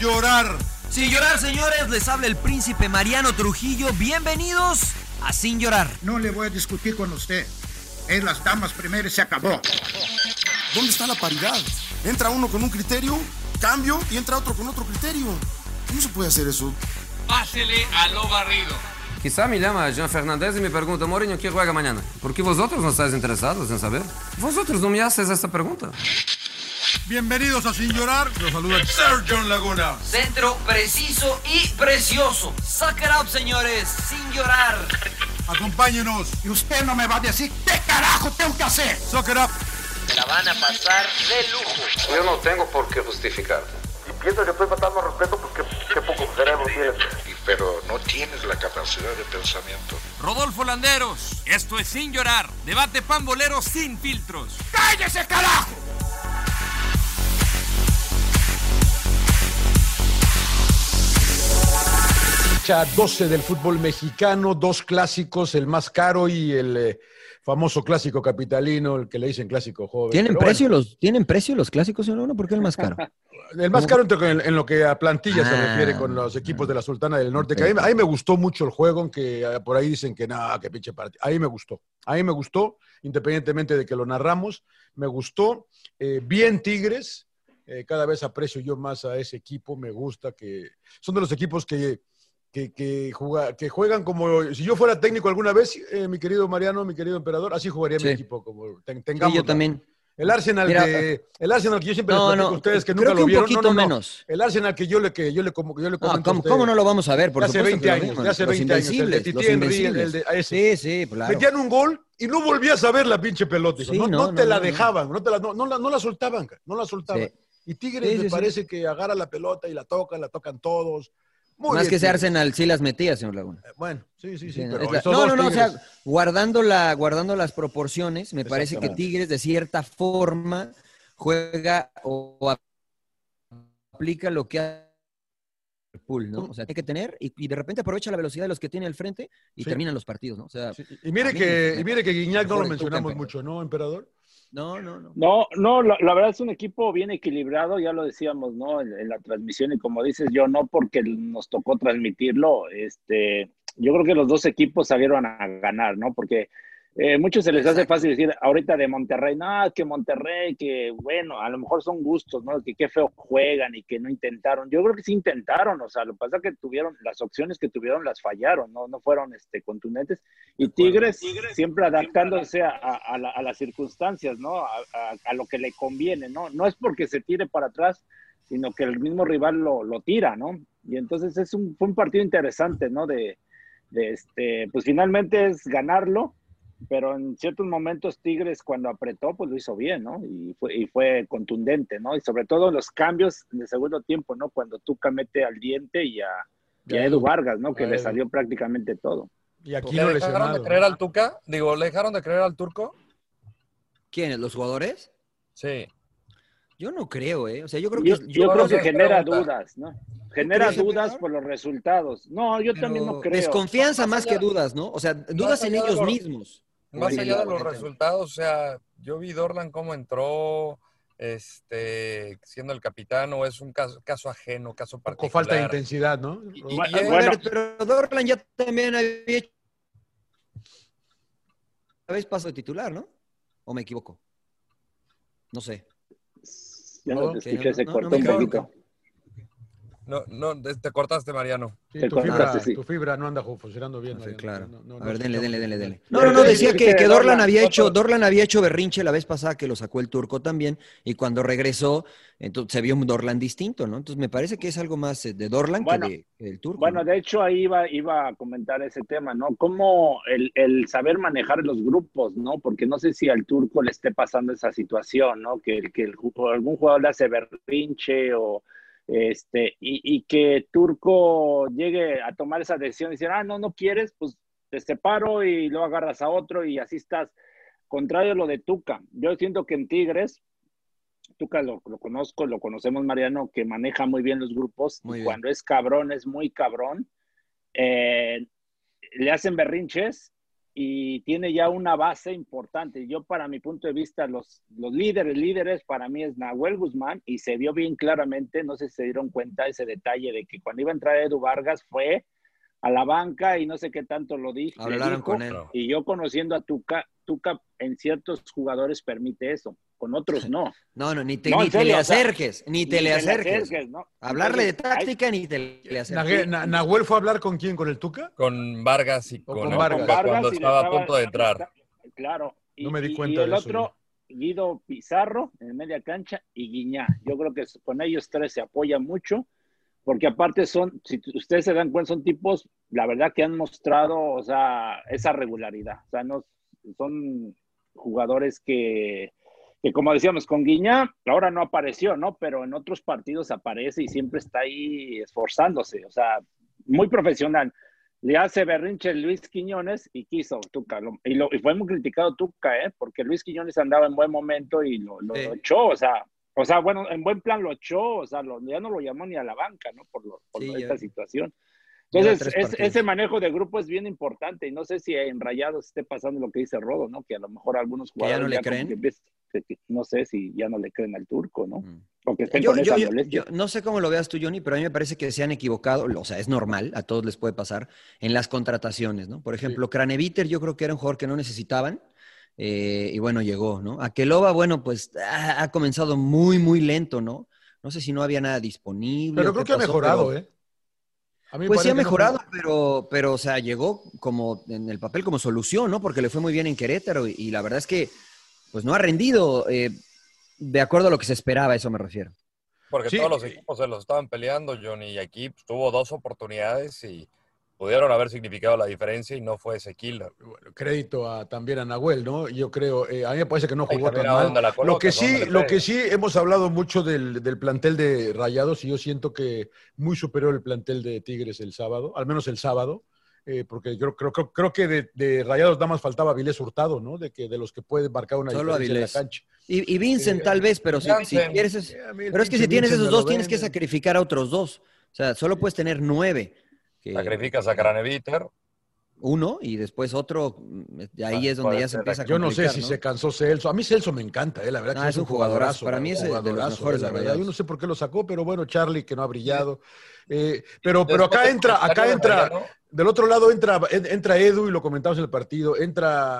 llorar. Sin llorar, señores, les habla el príncipe Mariano Trujillo. Bienvenidos a Sin Llorar. No le voy a discutir con usted. Es las damas primero y se acabó. ¿Dónde está la paridad? Entra uno con un criterio, cambio, y entra otro con otro criterio. ¿Cómo se puede hacer eso? Pásele a lo barrido. Quizá me llama Jean Fernández y me pregunta, Mourinho, ¿quién juega mañana? ¿Por qué vosotros no estáis interesados en saber? Vosotros no me haces esta pregunta. Bienvenidos a Sin Llorar. Los saluda Sergio Laguna. Centro preciso y precioso. Suck it up, señores. Sin llorar. Acompáñenos. Y usted no me va a decir qué carajo tengo que hacer. Suck it up. Se la van a pasar de lujo. Yo no tengo por qué justificarte. Y pienso que estoy faltando respeto porque qué poco cerebro tienes. Pero no tienes la capacidad de pensamiento. Rodolfo Landeros, esto es Sin Llorar. Debate pambolero sin filtros. ¡Cállese, carajo! Fecha 12 del fútbol mexicano, dos clásicos, el más caro y el famoso clásico capitalino, el que le dicen clásico joven. ¿Tienen precio los clásicos, señor? ¿Por qué el más caro? El más caro en lo que a plantilla se refiere con los equipos de la Sultana del Norte. Que a mí me gustó mucho el juego, aunque por ahí dicen que nada, que pinche partido. A mí me gustó, independientemente de que lo narramos, me gustó. Bien Tigres, cada vez aprecio yo más a ese equipo, me gusta que son de los equipos que juegan como si yo fuera técnico alguna vez, mi querido Mariano, mi querido emperador, así jugaría mi equipo, como tengamos. Sí, yo también. El Arsenal que yo siempre les platico a ustedes que nunca lo vieron. Un poquito menos. El Arsenal que yo le comento a ustedes. ¿Cómo no lo vamos a ver? Por hace 20 años, de hace 20 años. El de Titi Henry, el de ese. Sí, claro. Metían un gol y no volvías a ver la pinche pelota. Sí, no te la dejaban, no la soltaban. Sí. Y Tigres me parece que agarra la pelota y la tocan todos. Muy más bien, que ese Arsenal sí las metía, señor Laguna. Bueno, sí, pero o sea, guardando las proporciones, me parece que Tigres de cierta forma juega o aplica lo que hace Liverpool, ¿no? O sea, tiene que tener y de repente aprovecha la velocidad de los que tiene al frente y terminan los partidos, ¿no? O sea, y mire que Guiñac no lo mencionamos mucho, ¿no, emperador? No, la verdad es un equipo bien equilibrado, ya lo decíamos, ¿no? En la transmisión, y como dices, yo no porque nos tocó transmitirlo, yo creo que los dos equipos salieron a ganar, ¿no? Porque muchos se les hace fácil decir ahorita de Monterrey, no, que Monterrey, que bueno, a lo mejor son gustos, ¿no? Que qué feo juegan y que no intentaron. Yo creo que sí intentaron, o sea, lo que pasa es que las opciones que tuvieron las fallaron, no fueron contundentes. Y Tigres siempre adaptándose a las circunstancias, ¿no? A lo que le conviene, ¿no? No es porque se tire para atrás, sino que el mismo rival lo tira, ¿no? Y entonces fue un partido interesante, ¿no? Pues finalmente es ganarlo, pero en ciertos momentos Tigres cuando apretó pues lo hizo bien, ¿no? Y fue contundente, ¿no? Y sobre todo los cambios de segundo tiempo, ¿no? Cuando Tuca mete al Diente y a Edu Vargas, ¿no? Que le salió prácticamente todo. Y aquí ¿Le dejaron de creer al Tuca? Digo, ¿le dejaron de creer al Turco? ¿Quiénes? ¿Los jugadores? Sí. Yo no creo, ¿eh? O sea, yo creo que genera dudas, ¿no? Genera dudas por los resultados. No, yo también no creo. Desconfianza más que dudas, ¿no? O sea, dudas en ellos mismos. Más allá de los resultados, o sea, yo vi Dorlan cómo entró, siendo el capitán, o es un caso ajeno, caso particular. Con falta de intensidad, ¿no? Pero Dorlan ya también había hecho una vez paso de titular, ¿no? ¿O me equivoco? No sé. Ya no te escuché, se cortó un poquito. No, te cortaste, Mariano. Sí, tu fibra no anda funcionando bien. Sí, claro. A ver, denle. No, decía que Dorlan había hecho berrinche la vez pasada que lo sacó el Turco también, y cuando regresó, entonces se vio un Dorlan distinto, ¿no? Entonces me parece que es algo más de Dorlan que del Turco. Bueno, ¿no? de hecho ahí iba a comentar ese tema, ¿no? Cómo el saber manejar los grupos, ¿no? Porque no sé si al Turco le esté pasando esa situación, ¿no? Que algún jugador le hace berrinche y que Turco llegue a tomar esa decisión y decir, no quieres, pues te separo y luego agarras a otro y así estás. Contrario a lo de Tuca, yo siento que en Tigres, Tuca lo conocemos, Mariano, que maneja muy bien los grupos, y cuando es cabrón, es muy cabrón. Le hacen berrinches y tiene ya una base importante. Yo, para mi punto de vista, los líderes para mí es Nahuel Guzmán, y se vio bien claramente, no sé si se dieron cuenta ese detalle de que cuando iba a entrar Edu Vargas fue a la banca y no sé qué tanto lo dije. Hablaron con él. Y yo conociendo a Tuca en ciertos jugadores permite eso, con otros no. No, ni te le acerques, ni te le acerques. ¿no? Hablarle de táctica ni te le acerques. ¿Nahuel fue a hablar con quién? ¿Con el Tuca? Con Vargas y con Vargas. Cuando estaba a punto de entrar. Claro. No me di cuenta y el de eso. otro, Guido Pizarro, en media cancha, y Guiñá. Yo creo que con ellos tres se apoya mucho, porque aparte son, si ustedes se dan cuenta, son tipos, la verdad que han mostrado, o sea, esa regularidad. O sea, no son jugadores que como decíamos, con Guiñá, ahora no apareció, ¿no? Pero en otros partidos aparece y siempre está ahí esforzándose. O sea, muy profesional. Le hace berrinche Luis Quiñones y quiso Tuca. Y fue muy criticado Tuca, porque Luis Quiñones andaba en buen momento y lo echó, o sea, bueno, en buen plan lo echó, o sea, ya no lo llamó ni a la banca, ¿no? Por esta situación. Entonces, ese manejo de grupo es bien importante, y no sé si en Rayados esté pasando lo que dice Rodo, ¿no? Que a lo mejor algunos jugadores ya no le creen. No sé si ya no le creen al turco, ¿no? O que estén con esa molestia. Yo no sé cómo lo veas tú, Johnny, pero a mí me parece que se han equivocado, o sea, es normal, a todos les puede pasar, en las contrataciones, ¿no? Por ejemplo, Craneviter yo creo que era un jugador que no necesitaban, y bueno, llegó, ¿no? Aqueloba, bueno, pues ha comenzado muy, muy lento, ¿no? No sé si no había nada disponible. Pero creo que ha mejorado, Pues sí ha mejorado, pero, o sea, llegó como en el papel como solución, ¿no? Porque le fue muy bien en Querétaro y la verdad es que pues no ha rendido de acuerdo a lo que se esperaba, a eso me refiero. Porque todos los equipos se los estaban peleando, Johnny, y aquí pues, tuvo 2 oportunidades y pudieron haber significado la diferencia y no fue ese killer. Bueno, crédito también a Nahuel, ¿no? Yo creo, a mí me parece que no jugó tan mal. Lo que sí hemos hablado mucho del plantel de Rayados, y yo siento que muy superior el plantel de Tigres el sábado, al menos el sábado, porque yo creo que de Rayados nada más faltaba Avilés Hurtado, ¿no? De los que puede marcar una Solo diferencia Avilés. en la cancha. Y Vincent tal vez, pero si quieres... Pero es que si tienes esos dos, tienes que sacrificar a otros 2. O sea, solo puedes tener 9. Sacrificas a Craneviter. Uno y después otro, ahí es donde ya se empieza a complicar. Yo no sé si se cansó Celso. A mí Celso me encanta, la verdad que es un jugadorazo. Para mí es de los mejores de verdad. Yo no sé por qué lo sacó, pero bueno, Charlie que no ha brillado. Pero acá entra, del otro lado entra Edu, y lo comentamos en el partido, entra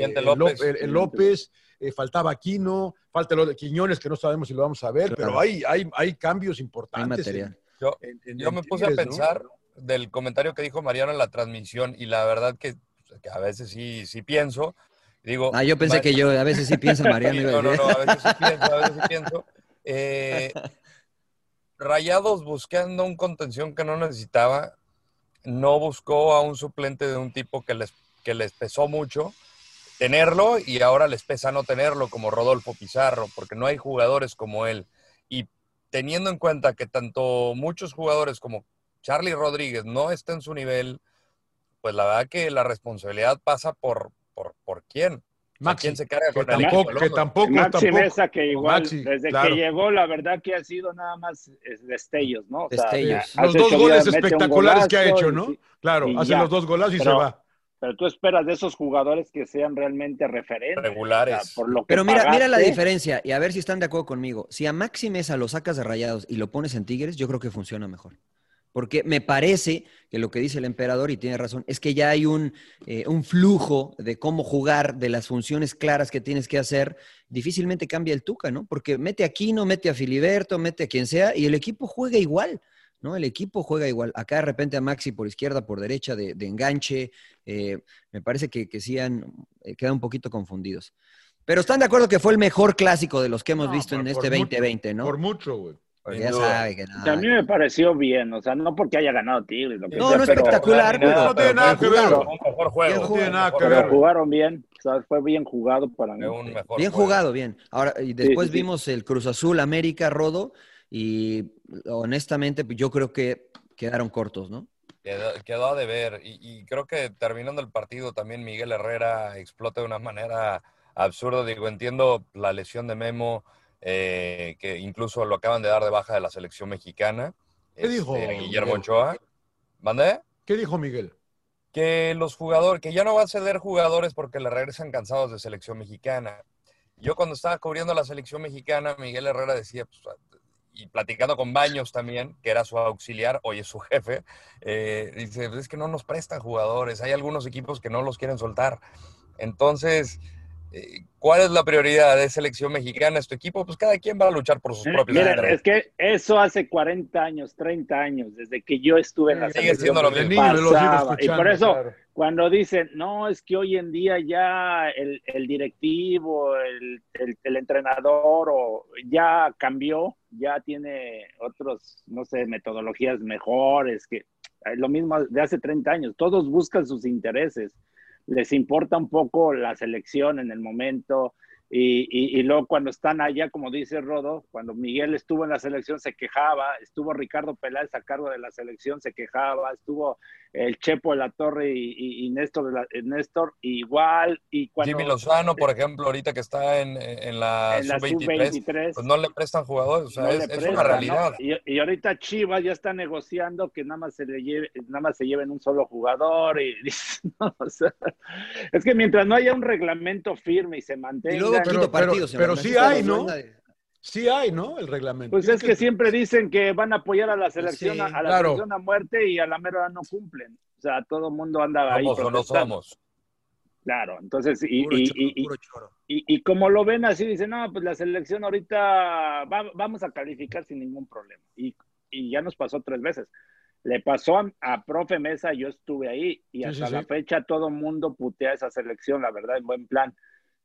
López, faltaba Aquino, falta lo de Quiñones, que no sabemos si lo vamos a ver, pero hay cambios importantes. Yo me puse a pensar del comentario que dijo Mariano en la transmisión, y la verdad que a veces sí pienso. Digo, yo pensé que yo a veces sí piensa Mariano. No, a veces sí pienso. Rayados buscando un contención que no necesitaba, no buscó a un suplente de un tipo que les pesó mucho tenerlo, y ahora les pesa no tenerlo, como Rodolfo Pizarro, porque no hay jugadores como él. Y teniendo en cuenta que tanto muchos jugadores como Charlie Rodríguez no está en su nivel, pues la verdad que la responsabilidad pasa por quién. Maxi, ¿quién se carga con que tampoco Maxi Mesa, que igual, desde que llegó, la verdad que ha sido nada más destellos, ¿no? O destellos. Sea, los 2 goles espectaculares que ha hecho, ¿no? Claro, hace los 2 golazos y se va. Pero tú esperas de esos jugadores que sean realmente referentes. Regulares. O sea, por lo que pero mira la pagaste. diferencia, y a ver si están de acuerdo conmigo. Si a Maxi Mesa lo sacas de Rayados y lo pones en Tigres, yo creo que funciona mejor. Porque me parece que lo que dice el emperador, y tiene razón, es que ya hay un flujo de cómo jugar, de las funciones claras que tienes que hacer. Difícilmente cambia el Tuca, ¿no? Porque mete a Aquino, mete a Filiberto, mete a quien sea, y el equipo juega igual, ¿no? El equipo juega igual. Acá de repente a Maxi por izquierda, por derecha, de enganche. Me parece que sí quedan un poquito confundidos. Pero están de acuerdo que fue el mejor clásico de los que hemos visto en este 2020, ¿no? Por mucho, güey. Ya sabe que nada. A mí me pareció bien, o sea, no porque haya ganado Tigres. Lo que no, sea, no espectacular. No tiene nada que ver. Un mejor juego. No tiene nada que pero ver. jugaron bien, o sea, fue bien jugado para mí. Bien jugado, bien. Ahora, y después vimos el Cruz Azul América, Rodo, y honestamente yo creo que quedaron cortos, ¿no? Quedó a deber, y creo que terminando el partido también Miguel Herrera explota de una manera absurda. Digo, entiendo la lesión de Memo, que incluso lo acaban de dar de baja de la selección mexicana. ¿Qué dijo Guillermo Miguel? Ochoa. ¿Mandé? ¿Qué dijo Miguel? que los jugadores, que ya no va a ceder jugadores porque le regresan cansados de selección mexicana. Yo cuando estaba cubriendo la selección mexicana, Miguel Herrera decía, pues, y platicando con Baños también, que era su auxiliar, hoy es su jefe, dice, es que no nos prestan jugadores, hay algunos equipos que no los quieren soltar. Entonces, ¿cuál es la prioridad de selección mexicana? ¿Es tu equipo? Pues cada quien va a luchar por sus propios intereses. Es que eso hace 40 años, 30 años, desde que yo estuve en la sigue selección. Siendo lo mismo. Pasaba. Y por eso, cuando dicen, no, es que hoy en día ya el directivo, el entrenador, ya cambió, ya tiene otros, no sé, metodologías mejores, que lo mismo de hace 30 años. Todos buscan sus intereses. Les importa un poco la selección en el momento y luego cuando están allá, como dice Rodo, cuando Miguel estuvo en la selección se quejaba, estuvo Ricardo Peláez a cargo de la selección, se quejaba, estuvo el Chepo de la Torre y Néstor igual. Y cuando, Jimmy Lozano, por ejemplo, ahorita que está en la Sub-23, pues no le prestan jugadores, o sea, es una realidad. ¿No? Y ahorita Chivas ya está negociando que nada más se lleven un solo jugador no, o sea, es que mientras no haya un reglamento firme y se mantenga. Y luego, pero sí hay, ¿no? Sí hay, ¿no? El reglamento. Pues es que siempre dicen que van a apoyar a la selección, sí, a la selección a muerte y a la mera no cumplen. O sea, todo el mundo anda ahí. Somos o no somos. Claro, entonces, y como lo ven así, dicen, no, pues la selección ahorita vamos a calificar sin ningún problema. Y ya nos pasó 3 veces. Le pasó a Profe Mesa, yo estuve ahí, y hasta la fecha todo el mundo putea esa selección, la verdad, en buen plan.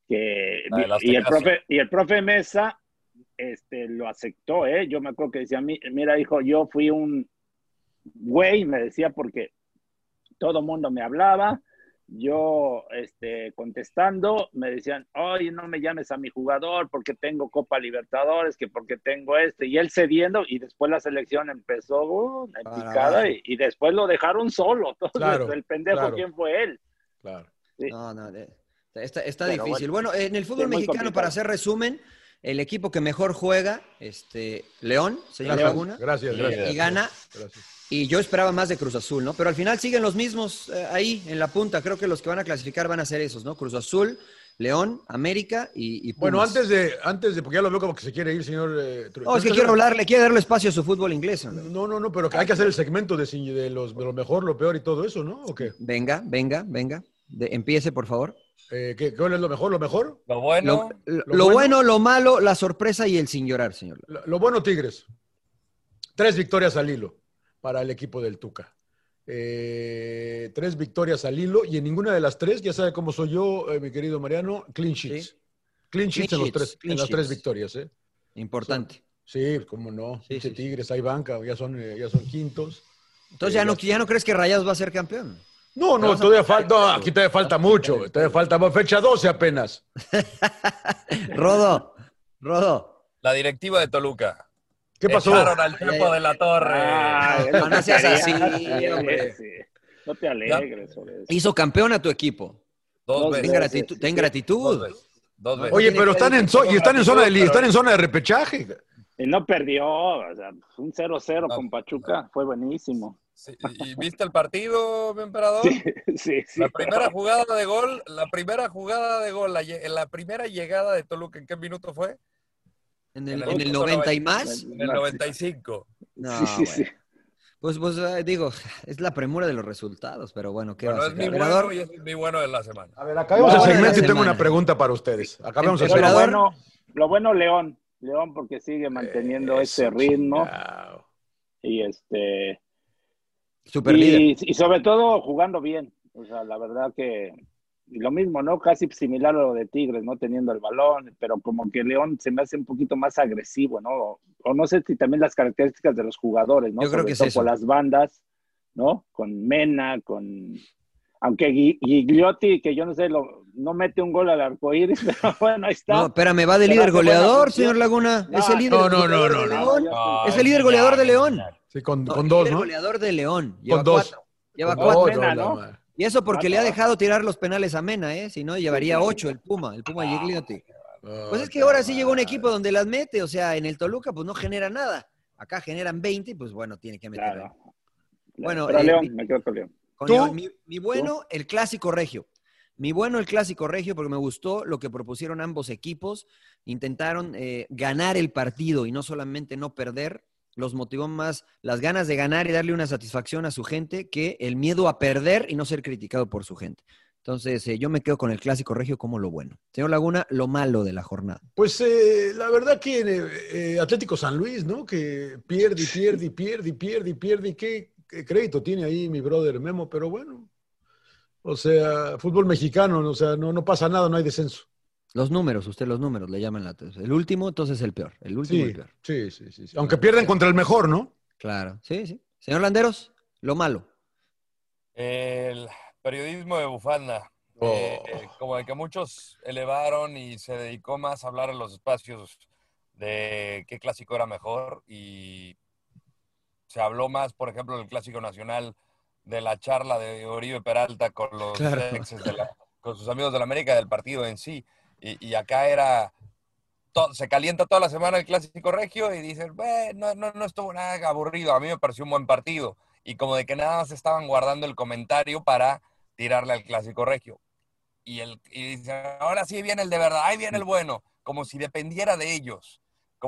Y el profe Mesa lo aceptó, yo me acuerdo que decía, mira hijo, yo fui un güey, me decía, porque todo mundo me hablaba, yo contestando, me decían, oye, no me llames a mi jugador porque tengo Copa Libertadores, que porque tengo y él cediendo, y después la selección empezó en picada y después lo dejaron solo. Entonces, el pendejo, ¿quién fue él? Claro. Sí. No, está difícil. Bueno, en el fútbol mexicano, para hacer resumen, el equipo que mejor juega, León, señor Laguna. Gracias. Y gana. Gracias. Y yo esperaba más de Cruz Azul, ¿no? Pero al final siguen los mismos ahí en la punta. Creo que los que van a clasificar van a ser esos, ¿no? Cruz Azul, León, América y Pumas. Bueno, antes de, porque ya lo veo como que se quiere ir, señor. No, es que quiero darle espacio a su fútbol inglés, ¿no? No, pero hay que hacer el segmento de lo mejor, lo peor y todo eso, ¿no? ¿O qué? Venga. Empiece, por favor. ¿Cuál es lo mejor? ¿Lo mejor? Lo bueno. Lo bueno, lo malo, la sorpresa y el sin llorar, señor. Lo bueno, Tigres. 3 victorias al hilo para el equipo del Tuca. 3 victorias al hilo y en ninguna de las 3, ya sabe cómo soy yo, mi querido Mariano, clean sheets. ¿Sí? Clean sheets en las 3 victorias. Importante. Sí, cómo no. Sí. Tigres, hay banca, ya son quintos. Entonces ya no crees que Rayados va a ser campeón. No, todavía falta. No, aquí todavía falta mucho. Todavía falta fecha 12 apenas. Rodo. La directiva de Toluca. ¿Qué pasó? Echaron al Chepo de la Torre. No seas así, hombre. No te alegres sobre eso. Hizo campeón a tu equipo. 2 veces. Ten gratitud. 2 veces. Oye, pero están en zona de repechaje. Y no perdió, o sea, un 0-0 con Pachuca, fue buenísimo. Sí, ¿y viste el partido, mi emperador? Sí. La primera jugada de gol, la primera llegada de Toluca, ¿en qué minuto fue? ¿En el 90 y más? En el 95. No, sí. Pues digo, es la premura de los resultados, pero bueno, ¿qué va a ser? Es mi bueno y es mi bueno de la semana. A ver, acabemos el segmento y tengo una pregunta para ustedes. Acabemos el segmento. Lo bueno, León, porque sigue manteniendo ese ritmo. Y super líder. Y sobre todo jugando bien. O sea, la verdad que lo mismo, ¿no? Casi similar a lo de Tigres, ¿no? Teniendo el balón, pero como que León se me hace un poquito más agresivo, ¿no? O no sé si también las características de los jugadores, ¿no? Yo creo que es eso. Con las bandas, ¿no? Con Mena, aunque Gigliotti, que yo no sé, no mete un gol al arcoíris, pero bueno, ahí está. No, espérame, va de líder goleador, señor Laguna. Es el líder goleador de León. Es el líder goleador de León. Sí, con 2, ¿no? El líder goleador de León. Con 2. Lleva 4. Mena, ¿no? Y eso porque le ha dejado tirar los penales a Mena, si no llevaría 8 el Puma Gigliotti. Pues es que ahora sí llegó un equipo donde las mete, o sea, en el Toluca pues no genera nada. Acá generan 20, pues bueno, tiene que meter. Claro. Bueno, pero León, me quedo con León. ¿Tú? Mi bueno, el clásico regio. Mi bueno, el clásico regio, porque me gustó lo que propusieron ambos equipos. Intentaron ganar el partido y no solamente no perder. Los motivó más las ganas de ganar y darle una satisfacción a su gente que el miedo a perder y no ser criticado por su gente. Entonces, yo me quedo con el clásico regio como lo bueno. Señor Laguna, lo malo de la jornada. Pues la verdad que Atlético San Luis, ¿no? Que pierde y pierde y pierde y pierde y pierde. ¿Y qué crédito tiene ahí mi brother Memo? Pero bueno, o sea, fútbol mexicano, o sea, no pasa nada, no hay descenso. Los números le llaman la atención. El último, entonces el peor. El último, el peor. Sí. Aunque pierden contra el mejor, ¿no? Claro, sí. Señor Landeros, lo malo. El periodismo de bufanda. Como de que muchos elevaron y se dedicó más a hablar en los espacios de qué clásico era mejor y se habló más, por ejemplo, del clásico nacional, de la charla de Oribe Peralta con los exes con sus amigos de la América, del partido en sí. Y acá se calienta toda la semana el clásico regio y dicen, no estuvo nada aburrido, a mí me pareció un buen partido. Y como de que nada más estaban guardando el comentario para tirarle al clásico regio. Y dicen, ahora sí viene el de verdad, ahí viene el bueno, como si dependiera de ellos.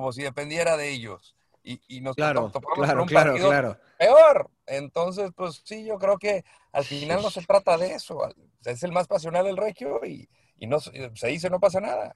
Y nos topamos con un partido peor. Entonces, pues sí, yo creo que al final no se trata de eso. Es el más pasional el regio y no se dice no pasa nada.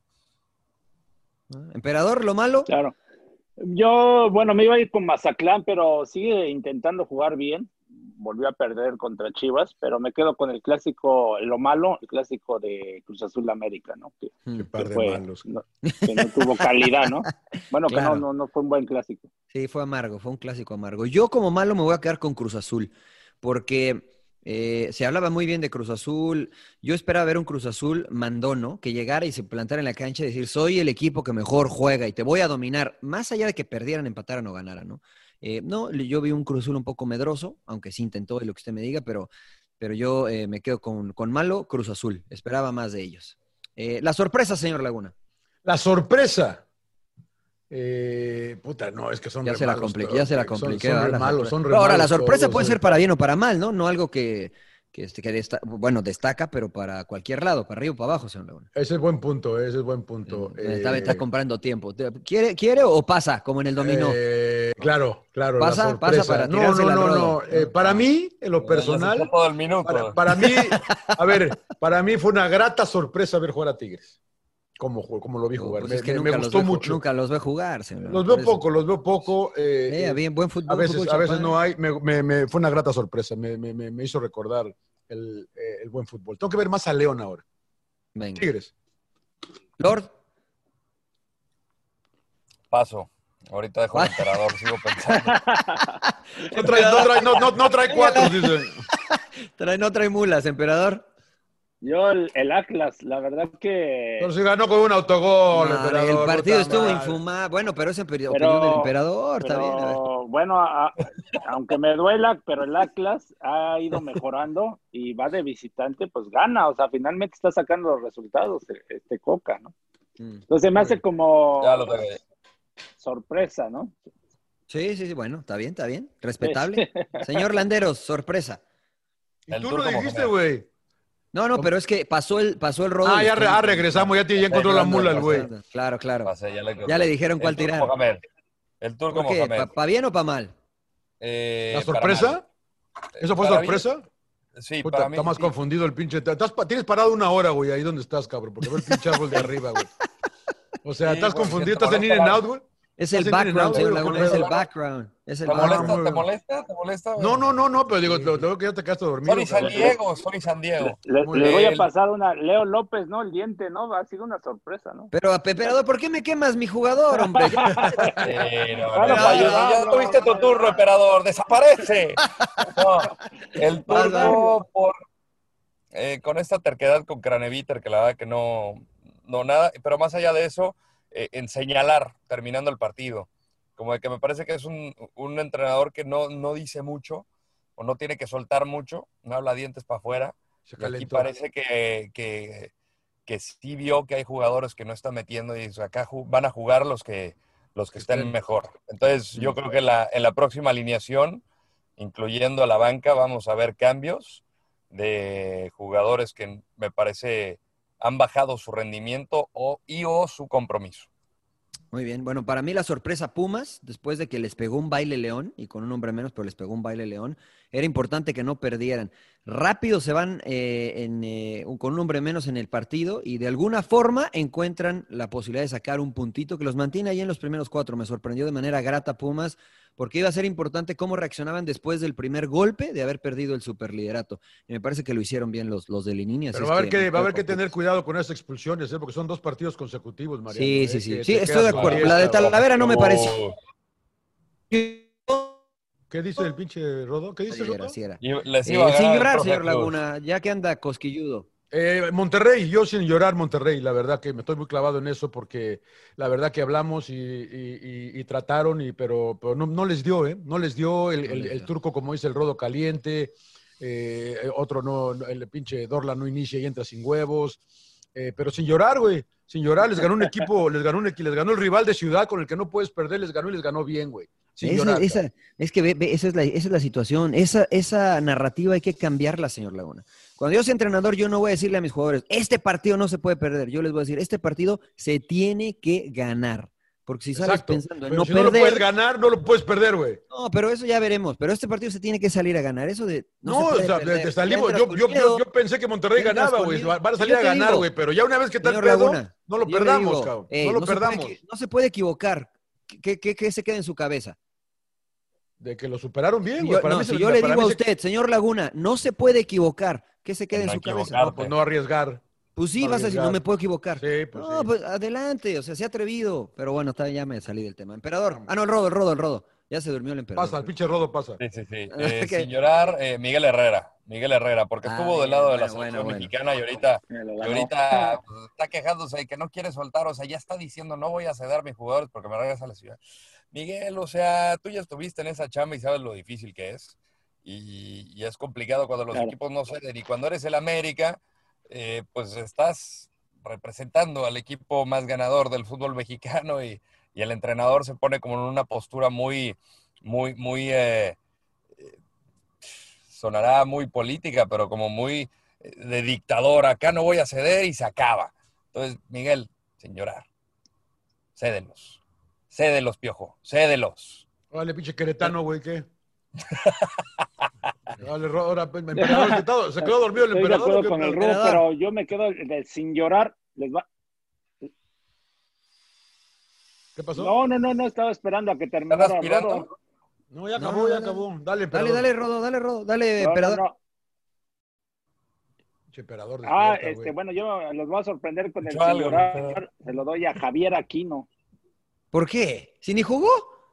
Emperador, lo malo. Claro. Yo, me iba a ir con Mazatlán, pero sigue intentando jugar bien. Volvió a perder contra Chivas, pero me quedo con el clásico, lo malo, el clásico de Cruz Azul América, ¿no? Que no tuvo calidad, ¿no? Bueno, claro. Que no fue un buen clásico. Sí, fue un clásico amargo. Yo como malo me voy a quedar con Cruz Azul, porque se hablaba muy bien de Cruz Azul. Yo esperaba ver un Cruz Azul mandón, ¿no? Que llegara y se plantara en la cancha y decir, soy el equipo que mejor juega y te voy a dominar, más allá de que perdieran, empataran o ganaran, ¿no? No, yo vi un Cruz Azul un poco medroso, aunque sí intentó, y lo que usted me diga, pero yo me quedo con malo Cruz Azul. Esperaba más de ellos. La sorpresa, señor Laguna. La sorpresa. No, es que son ya se la compliqué. Son ahora, la sorpresa puede ser para bien o para mal, ¿no? No algo que destaca, pero para cualquier lado, para arriba o para abajo, señor Laguna. Ese es buen punto. Está comprando tiempo. ¿Quiere o pasa, como en el dominó? Claro. Pasa para tirarse la roda. No. Para mí, en lo personal, todo el minuto. para mí fue una grata sorpresa ver jugar a Tigres. Como lo vi jugar. Pues me gustó mucho. Nunca los ve jugar, señor. Los veo poco. Bien, buen fútbol. A veces no hay. Fue una grata sorpresa. Me hizo recordar el buen fútbol. Tengo que ver más a León ahora. Venga. Tigres. Lord. Paso. Ahorita dejo el emperador, sigo pensando. No trae cuatro, dice. No trae mulas, emperador. Yo el Atlas, la verdad que... Pero se ganó con un autogol, emperador. El partido estuvo infumado. Bueno, pero es opinión del emperador, está bien. Bueno, aunque me duela, pero el Atlas ha ido mejorando y va de visitante, pues gana. O sea, finalmente está sacando los resultados Coca, ¿no? Entonces me hace como sorpresa, ¿no? Sí, bueno, está bien. Respetable. Señor Landeros, sorpresa. ¿Y tú lo dijiste, güey? No, pero es que pasó el rodo. Ya regresamos, ya encontró la mula el güey. Claro. Ya le dijeron cuál tirar. El Turco Mohamed. ¿Para bien o para mal? ¿La sorpresa? ¿Eso fue sorpresa? Sí, para mí. Está más confundido el pinche. Tienes parado 1 hora, güey, ahí donde estás, cabrón, porque veo el pinche árbol de arriba, güey. O sea, estás confundido, estás en In-N-Out, güey. Es el background, señor Laguna, es el background. ¿Te molesta? No, pero digo, luego que ya te quedaste dormido. Soy San Diego. Le voy a pasar una Leo López, ¿no? El diente, ¿no? Ha sido una sorpresa, ¿no? Pero, emperador, ¿por qué me quemas mi jugador, hombre? Ya tuviste tu turno, emperador. ¡Desaparece! No, el turno con esta terquedad con Craneviter, que la verdad que no nada, pero más allá de eso, en señalar, terminando el partido. Como de que me parece que es un entrenador que no dice mucho, o no tiene que soltar mucho, no habla dientes para afuera. Aquí parece que sí vio que hay jugadores que no están metiendo y acá van a jugar los que estén mejor. Entonces, yo creo que en la próxima alineación incluyendo a la banca, vamos a ver cambios de jugadores que me parece han bajado su rendimiento o su compromiso. Muy bien, bueno, para mí la sorpresa Pumas, después de que les pegó un baile León, y con un hombre menos, pero les pegó un baile León, era importante que no perdieran. Rápido se van con un hombre menos en el partido y de alguna forma encuentran la posibilidad de sacar un puntito que los mantiene ahí en los primeros 4. Me sorprendió de manera grata Pumas, porque iba a ser importante cómo reaccionaban después del primer golpe de haber perdido el superliderato. Y me parece que lo hicieron bien los de Linini. Pero va a haber que tener cuidado con esas expulsiones, porque son 2 partidos consecutivos, Mariano. Sí, estoy de acuerdo. La de Talavera no me parece. ¿Qué dice el pinche Rodo? ¿Qué dice Rodo? Sin llorar, señor Laguna, ya que anda cosquilludo. Monterrey, yo sin llorar Monterrey, la verdad que me estoy muy clavado en eso porque la verdad que hablamos y trataron, pero no les dio, no les dio el turco, como dice el Rodo, caliente, otro no, el pinche Dorla no inicia y entra sin huevos, pero sin llorar, güey, sin llorar, les ganó un equipo, les ganó el rival de ciudad con el que no puedes perder, les ganó y les ganó bien, güey. Esa es la situación. Esa narrativa hay que cambiarla, señor Laguna. Cuando yo sea entrenador, yo no voy a decirle a mis jugadores, este partido no se puede perder. Yo les voy a decir, este partido se tiene que ganar. Porque si sales pensando en no perder... no lo puedes ganar, no lo puedes perder, güey. No, pero eso ya veremos. Pero este partido se tiene que salir a ganar. Eso de... salimos. Yo pensé que Monterrey ganaba, güey. Van a salir a ganar, güey. Pero ya una vez que está el pedo, no lo perdamos, cabrón. No lo perdamos. No se puede equivocar. ¿Qué se queda en su cabeza? De que lo superaron bien, güey. Si yo le digo a usted, señor Laguna, no se puede equivocar, ¿qué se queda en su cabeza? No, pues no arriesgar. Pues sí, vas a decir, no me puedo equivocar. Sí, pues no, pues adelante, o sea, se ha atrevido. Pero bueno, ya me salí del tema. Emperador. Ah, no, el Rodo. Ya se durmió el emperador. Pasa, el pinche Rodo pasa. Sí. Sin llorar, Miguel Herrera, porque estuvo del lado de la selección mexicana y ahorita pues, está quejándose de que no quiere soltar, o sea, ya está diciendo, no voy a ceder a mis jugadores porque me regresa a la ciudad. Miguel, o sea, tú ya estuviste en esa chamba y sabes lo difícil que es. Y es complicado cuando los equipos no ceden. Y cuando eres el América, pues estás representando al equipo más ganador del fútbol mexicano y el entrenador se pone como en una postura muy sonará muy política, pero como muy de dictador. Acá no voy a ceder y se acaba. Entonces, Miguel, sin llorar, cédelos. Cédelos, Piojo, cédelos. Vale, pinche queretano, güey, ¿qué? Dale, ahora, emperador, se quedó dormido el emperador. Estoy de acuerdo con el Rodo, pero yo me quedo sin llorar. ¿Qué pasó? No, estaba esperando a que terminara el Rodo. No, ya acabó. Dale, emperador. Dale, Rodo, dale, emperador. Emperador bueno, yo los voy a sorprender con el sin llorar. Se lo doy a Javier Aquino. ¿Por qué? ¿Si ni jugó?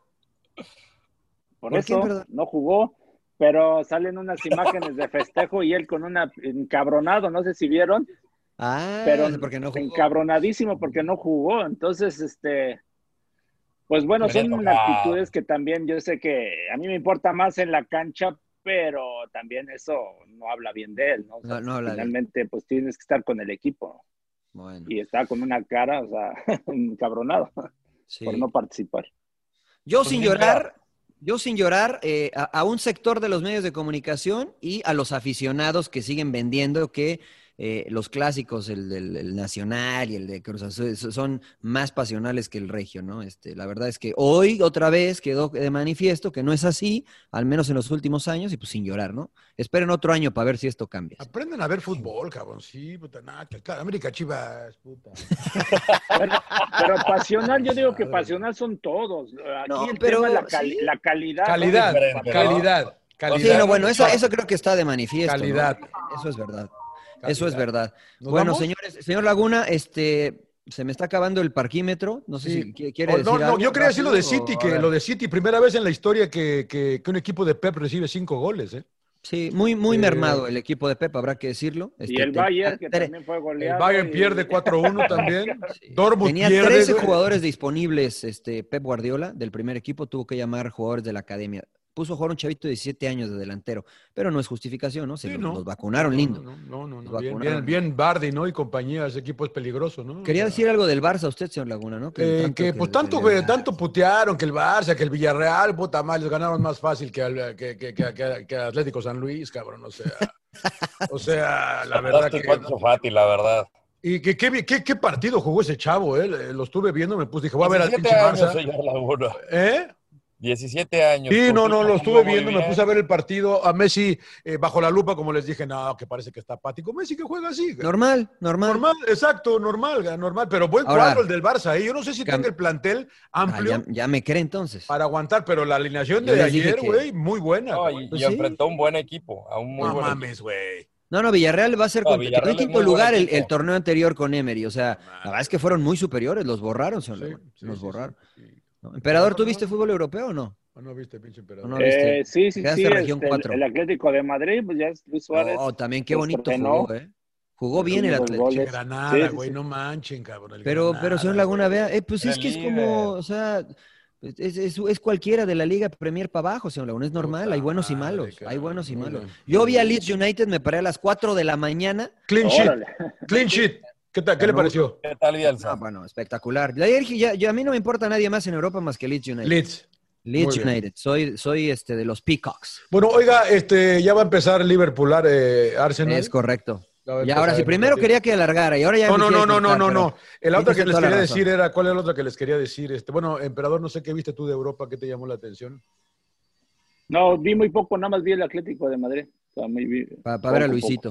Por eso no jugó, pero salen unas imágenes de festejo y él con una encabronado, no sé si vieron. Pero porque no jugó. Encabronadísimo porque no jugó. Entonces, pues bueno, son actitudes que también yo sé que a mí me importa más en la cancha, pero también eso no habla bien de él, ¿no? O sea, no finalmente, bien. Pues tienes que estar con el equipo. Bueno. Y está con una cara, o sea, encabronado. Sí. Por no participar. Yo sin llorar a un sector de los medios de comunicación y a los aficionados que siguen vendiendo que los clásicos, el Nacional y el de Cruz Azul, son más pasionales que el Regio, ¿no? La verdad es que hoy otra vez quedó de manifiesto que no es así, al menos en los últimos años, y pues sin llorar, ¿no? Esperen otro año para ver si esto cambia. Aprenden a ver fútbol, cabrón, sí, puta, nada, América Chivas, puta. Pero pasional, yo digo que pasional son todos. Aquí no, pero tema es la calidad. Calidad. Sí, no, bueno, eso creo que está de manifiesto. Calidad. ¿No? Eso es verdad. Eso es verdad. Bueno, señores, señor Laguna, se me está acabando el parquímetro. No sé si quiere decir algo. Yo quería decir lo de City, lo de City, primera vez en la historia que un equipo de Pep recibe 5 goles, ¿eh? Sí, muy mermado el equipo de Pep, habrá que decirlo. Y el Bayern, que también fue goleado. El Bayern pierde 4-1 también. Sí. Dortmund tenía 13 jugadores disponibles, Pep Guardiola, del primer equipo, tuvo que llamar jugadores de la academia. puso a jugar un chavito de 17 años de delantero, pero no es justificación, ¿no? Los vacunaron lindo. No. Bien Bardi, ¿no? Y compañía, ese equipo es peligroso, ¿no? Quería decir algo del Barça usted, señor Laguna, ¿no? Tanto putearon que el Barça, que el Villarreal, puta madre, les ganaron más fácil que Atlético San Luis, cabrón, o sea, la verdad que... Fati, la verdad. Y qué partido jugó ese chavo, Lo estuve viendo, dije, voy a ver al pinche Barça. Señor Laguna. 17 años. Sí, lo estuve viendo, me puse a ver el partido. A Messi, bajo la lupa, como les dije, no, que parece que está apático. Messi que juega así. Normal. Exacto, normal. Pero buen cuadro el del Barça, Yo no sé si tenga el plantel amplio. Ya me cree entonces. Para aguantar, pero la alineación de ayer, güey, muy buena. Y enfrentó un buen equipo, a un muy buen mames, güey. No, Villarreal va a ser quedó en quinto lugar el torneo anterior con Emery. O sea, la verdad es que fueron muy superiores. Los borraron, señor Laguna. Los borraron. Sí. ¿No? Emperador, ¿tú viste fútbol europeo o no? No viste, pinche Emperador. ¿No viste? Sí. Región 4. El Atlético de Madrid, pues ya es Luis Suárez. También qué bonito jugó, Jugó bien el Atlético. Granada, güey, no manchen, cabrón. Pero señor Laguna, vea, pues es que es como, o sea, es cualquiera de la Liga Premier para abajo, señor Laguna, es normal, hay buenos y malos, Yo vi a Leeds United, me paré a las 4 de la mañana. Clean sheet. ¿Qué le pareció? ¿Qué tal, Bielsa? Bueno, espectacular. A mí no me importa nadie más en Europa más que Leeds United. Leeds United. Soy de los Peacocks. Bueno, oiga, ya va a empezar Liverpool, Arsenal. Es correcto. Y ahora sí, primero quería que alargara y ahora ya... No. La otra que les quería decir era, ¿cuál es la otra que les quería decir? Bueno, Emperador, no sé qué viste tú de Europa, ¿qué te llamó la atención? No, vi muy poco, nada más vi el Atlético de Madrid. Para ver a Luisito.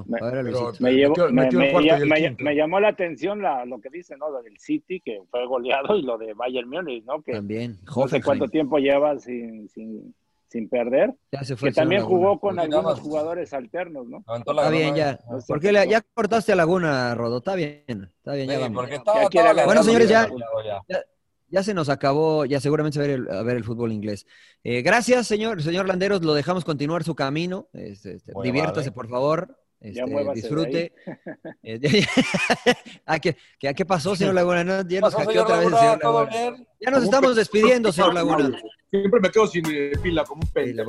Me llamó la atención lo que dice, ¿no? Lo del City, que fue goleado, y lo de Bayern Múnich, ¿no? Que también. No sé cuánto tiempo lleva sin perder. Ya se fue, que también jugó con algunos jugadores alternos, ¿no? Está bien, ya. Porque ya cortaste a Laguna, Rodo. Está bien, ya vamos. Bueno, señores, ya se nos acabó, ya seguramente a ver el fútbol inglés. Gracias, señor Landeros, lo dejamos continuar su camino. Diviértase, por favor. Disfrute. ¿Qué pasó, señor Laguna? Ya nos hackeó otra vez, señor Laguna. Ya nos estamos despidiendo, señor Laguna. Siempre me quedo sin pila, como un pendejo.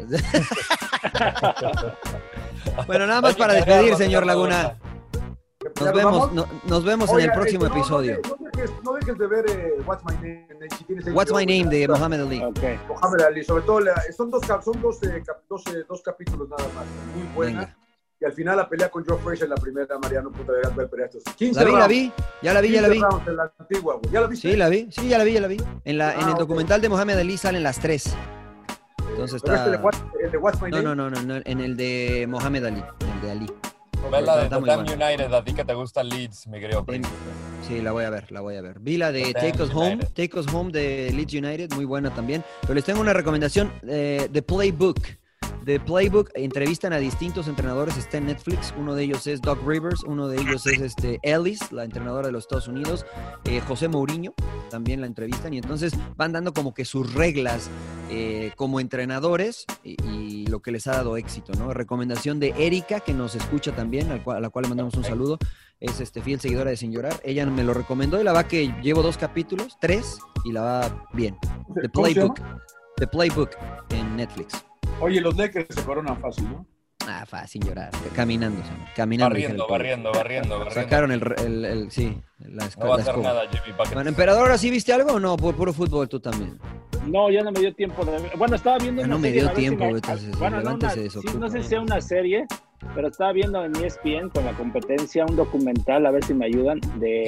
Bueno, nada más para despedir, señor Laguna. Nos vemos en el próximo episodio. No dejes de ver What's My Name. Si tienes What's My Name de Mohamed Ali. Okay. Mohamed Ali, sobre todo, son dos capítulos nada más. Muy buena. Venga. Y al final la pelea con Joe Frazier, la primera, Mariano, puta de ver pelea estos 15 La vi. Ya la vi. En la antigua, ¿ya la viste? Sí, la vi. En el documental de Mohamed Ali salen las 3. Entonces está... ¿El de What's My Name? No, en el de Mohamed Ali, el de Ali. Ve la de Tottenham United, a ti que te gusta Leeds, mi querido primo. Sí, la voy a ver. Vi la de Take Us Home de Leeds United, muy buena también. Pero les tengo una recomendación, The Playbook. The Playbook, entrevistan a distintos entrenadores, está en Netflix. Uno de ellos es Doc Rivers, uno de ellos es Ellis, la entrenadora de los Estados Unidos, José Mourinho, también la entrevistan, y entonces van dando como que sus reglas como entrenadores y lo que les ha dado éxito, ¿no? Recomendación de Erika, que nos escucha también, a la cual le mandamos un saludo, es fiel seguidora de Sin Llorar. Ella me lo recomendó y la va que llevo 2 capítulos, 3, y la va bien. The Playbook en Netflix. Oye, los Lakers se coronan fácil, ¿no? Fácil llorar. Caminando. Barriendo. Sacaron la no va a hacer nada, Jimmy. Bueno, Emperador, ¿sí viste algo o no? Por puro fútbol tú también. No, ya no me dio tiempo de ver. Bueno, estaba viendo una no serie. Me dio tiempo, levántese de eso. No sé si sea una serie, pero estaba viendo en ESPN con la competencia un documental, a ver si me ayudan,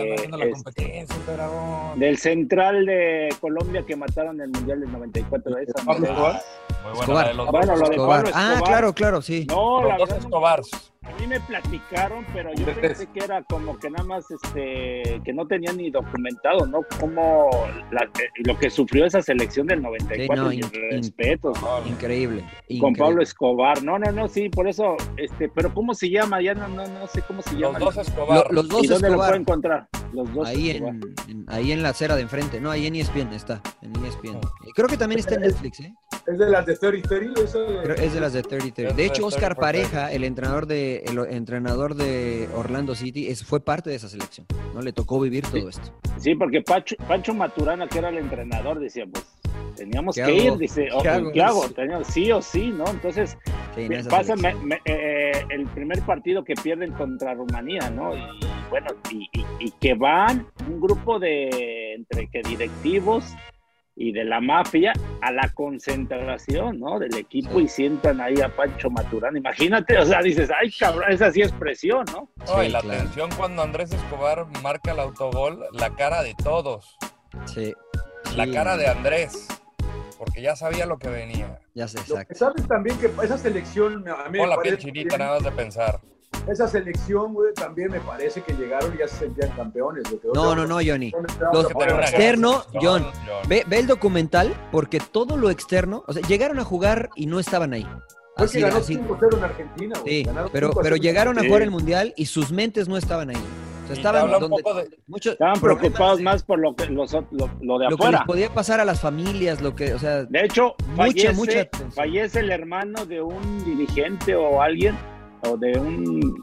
del central de Colombia que mataron en el Mundial del 94. De esa Muy buena Escobar. de Pablo Escobar. Claro, sí. No, los la dos verdad, Escobars. a mí me platicaron, pero yo pensé que era como que nada más que no tenían ni documentado, ¿no? Como lo que sufrió esa selección del 94, sí, respetos. Increíble. Con Pablo Escobar. No, sí, por eso, pero ¿cómo se llama? Ya no sé cómo se llama. Los dos Escobar. Los dos ¿Y dónde Escobar. lo puedo encontrar? Los dos ahí ahí en la acera de enfrente. No, ahí en ESPN está. En ESPN. Creo que también está en Netflix, ¿eh? ¿Es de las de 30-30? Es de las de 30-30. De hecho, Oscar Pareja, el entrenador de Orlando City, fue parte de esa selección. ¿No? Le tocó vivir todo esto. Sí, porque Pancho Maturana, que era el entrenador, decía, pues, teníamos ¿Qué que hago? ir, dice, ¿qué hago? Teníamos, sí o sí, ¿no? Entonces, pasa el primer partido que pierden contra Rumanía, ¿no? Y bueno, y que van un grupo de entre que directivos y de la mafia a la concentración, ¿no? Del equipo, y sientan ahí a Pancho Maturana. Imagínate, o sea, dices, ay, cabrón, esa sí es presión, ¿no? No, y la tensión cuando Andrés Escobar marca el autogol, la cara de todos. Sí. La cara de Andrés, porque ya sabía lo que venía. Ya sé, Lo que sabes también que esa selección a mí Con me la piel parece chinita nada más de pensar. esa selección, güey, también me parece que llegaron y ya se sentían campeones. No, Johnny. Lo Pero externo, John, ve el documental, porque todo lo externo, o sea, llegaron a jugar y no estaban ahí. Fue que ganó 5-0 en Argentina, güey. Sí, pero llegaron a jugar el Mundial y sus mentes no estaban ahí. O sea, estaban estaban preocupados más por lo de lo afuera. que les podía pasar a las familias, lo que, o sea, de hecho, mucha fallece el hermano de un dirigente o alguien, o de un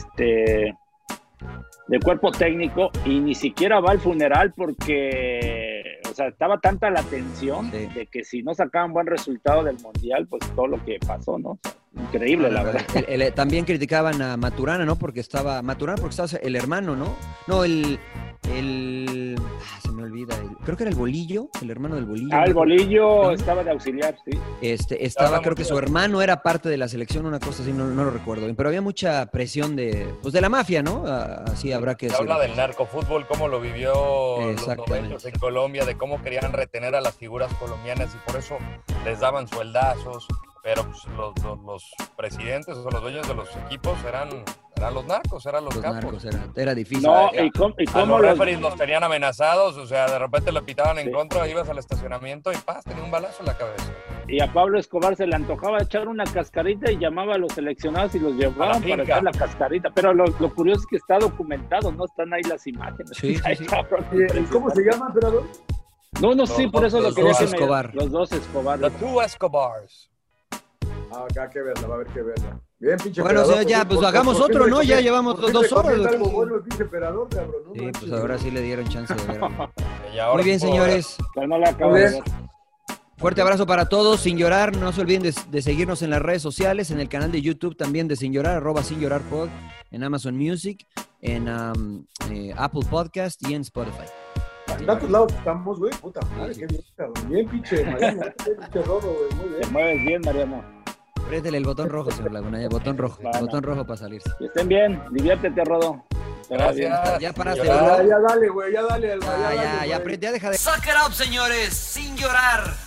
de cuerpo técnico, y ni siquiera va al funeral porque, o sea, estaba tanta la tensión de que si no sacaban buen resultado del Mundial, pues todo lo que pasó, ¿no? O sea, increíble, la verdad. También criticaban a Maturana, ¿no? Porque estaba el hermano, ¿no? No, se me olvida. Creo que era el Bolillo, el hermano del Bolillo. El Bolillo estaba de auxiliar, sí. Creo que su hermano era parte de la selección, una cosa así, no lo recuerdo bien. Pero había mucha presión de la mafia, ¿no? Así habrá que decirlo. Habla del narcofútbol, cómo lo vivió los 90 en Colombia, de cómo querían retener a las figuras colombianas y por eso les daban sueldazos. Pero pues, los presidentes o los dueños de los equipos eran los narcos, eran los capos. Era difícil. No, ¿y cómo los referees los tenían amenazados? O sea, de repente le pitaban en contra, ibas al estacionamiento y tenía un balazo en la cabeza. Y a Pablo Escobar se le antojaba echar una cascarita y llamaba a los seleccionados y los llevaban para echar la cascarita. Pero lo curioso es que está documentado, no están ahí las imágenes. Sí. ¿Cómo se llama, emperador? No, sí, por eso lo quería decir. Los dos Escobar. The two Escobars. Acá hay que verla, va a haber que verla. Bien, pinche bueno, emperador. Ya, pues hagamos otro, ¿no? Ya llevamos 2 horas. Algo bueno el pinche emperador, cabrón, ¿no? Sí, pues ahora sí le dieron chance de verlo. Muy bien, señores. No la acabo de ver. Fuerte abrazo para todos, Sin Llorar. No se olviden de seguirnos en las redes sociales, en el canal de YouTube también de Sin Llorar, @SinLlorarPod, en Amazon Music, en Apple Podcast y en Spotify. En tantos lados estamos, güey, puta madre, qué bien, cabrón. Bien, pinche Mariano, pinche Rodo, güey, muy bien. Te mueves bien, Mariano. Préstele el botón rojo, señor Laguna, el botón rojo para salirse. Que estén bien, diviértete, Rodo. Gracias. Ya paraste. Ya dale, güey, ya dale. Ya, apriete, ya deja de... Suck it up, señores, Sin Llorar.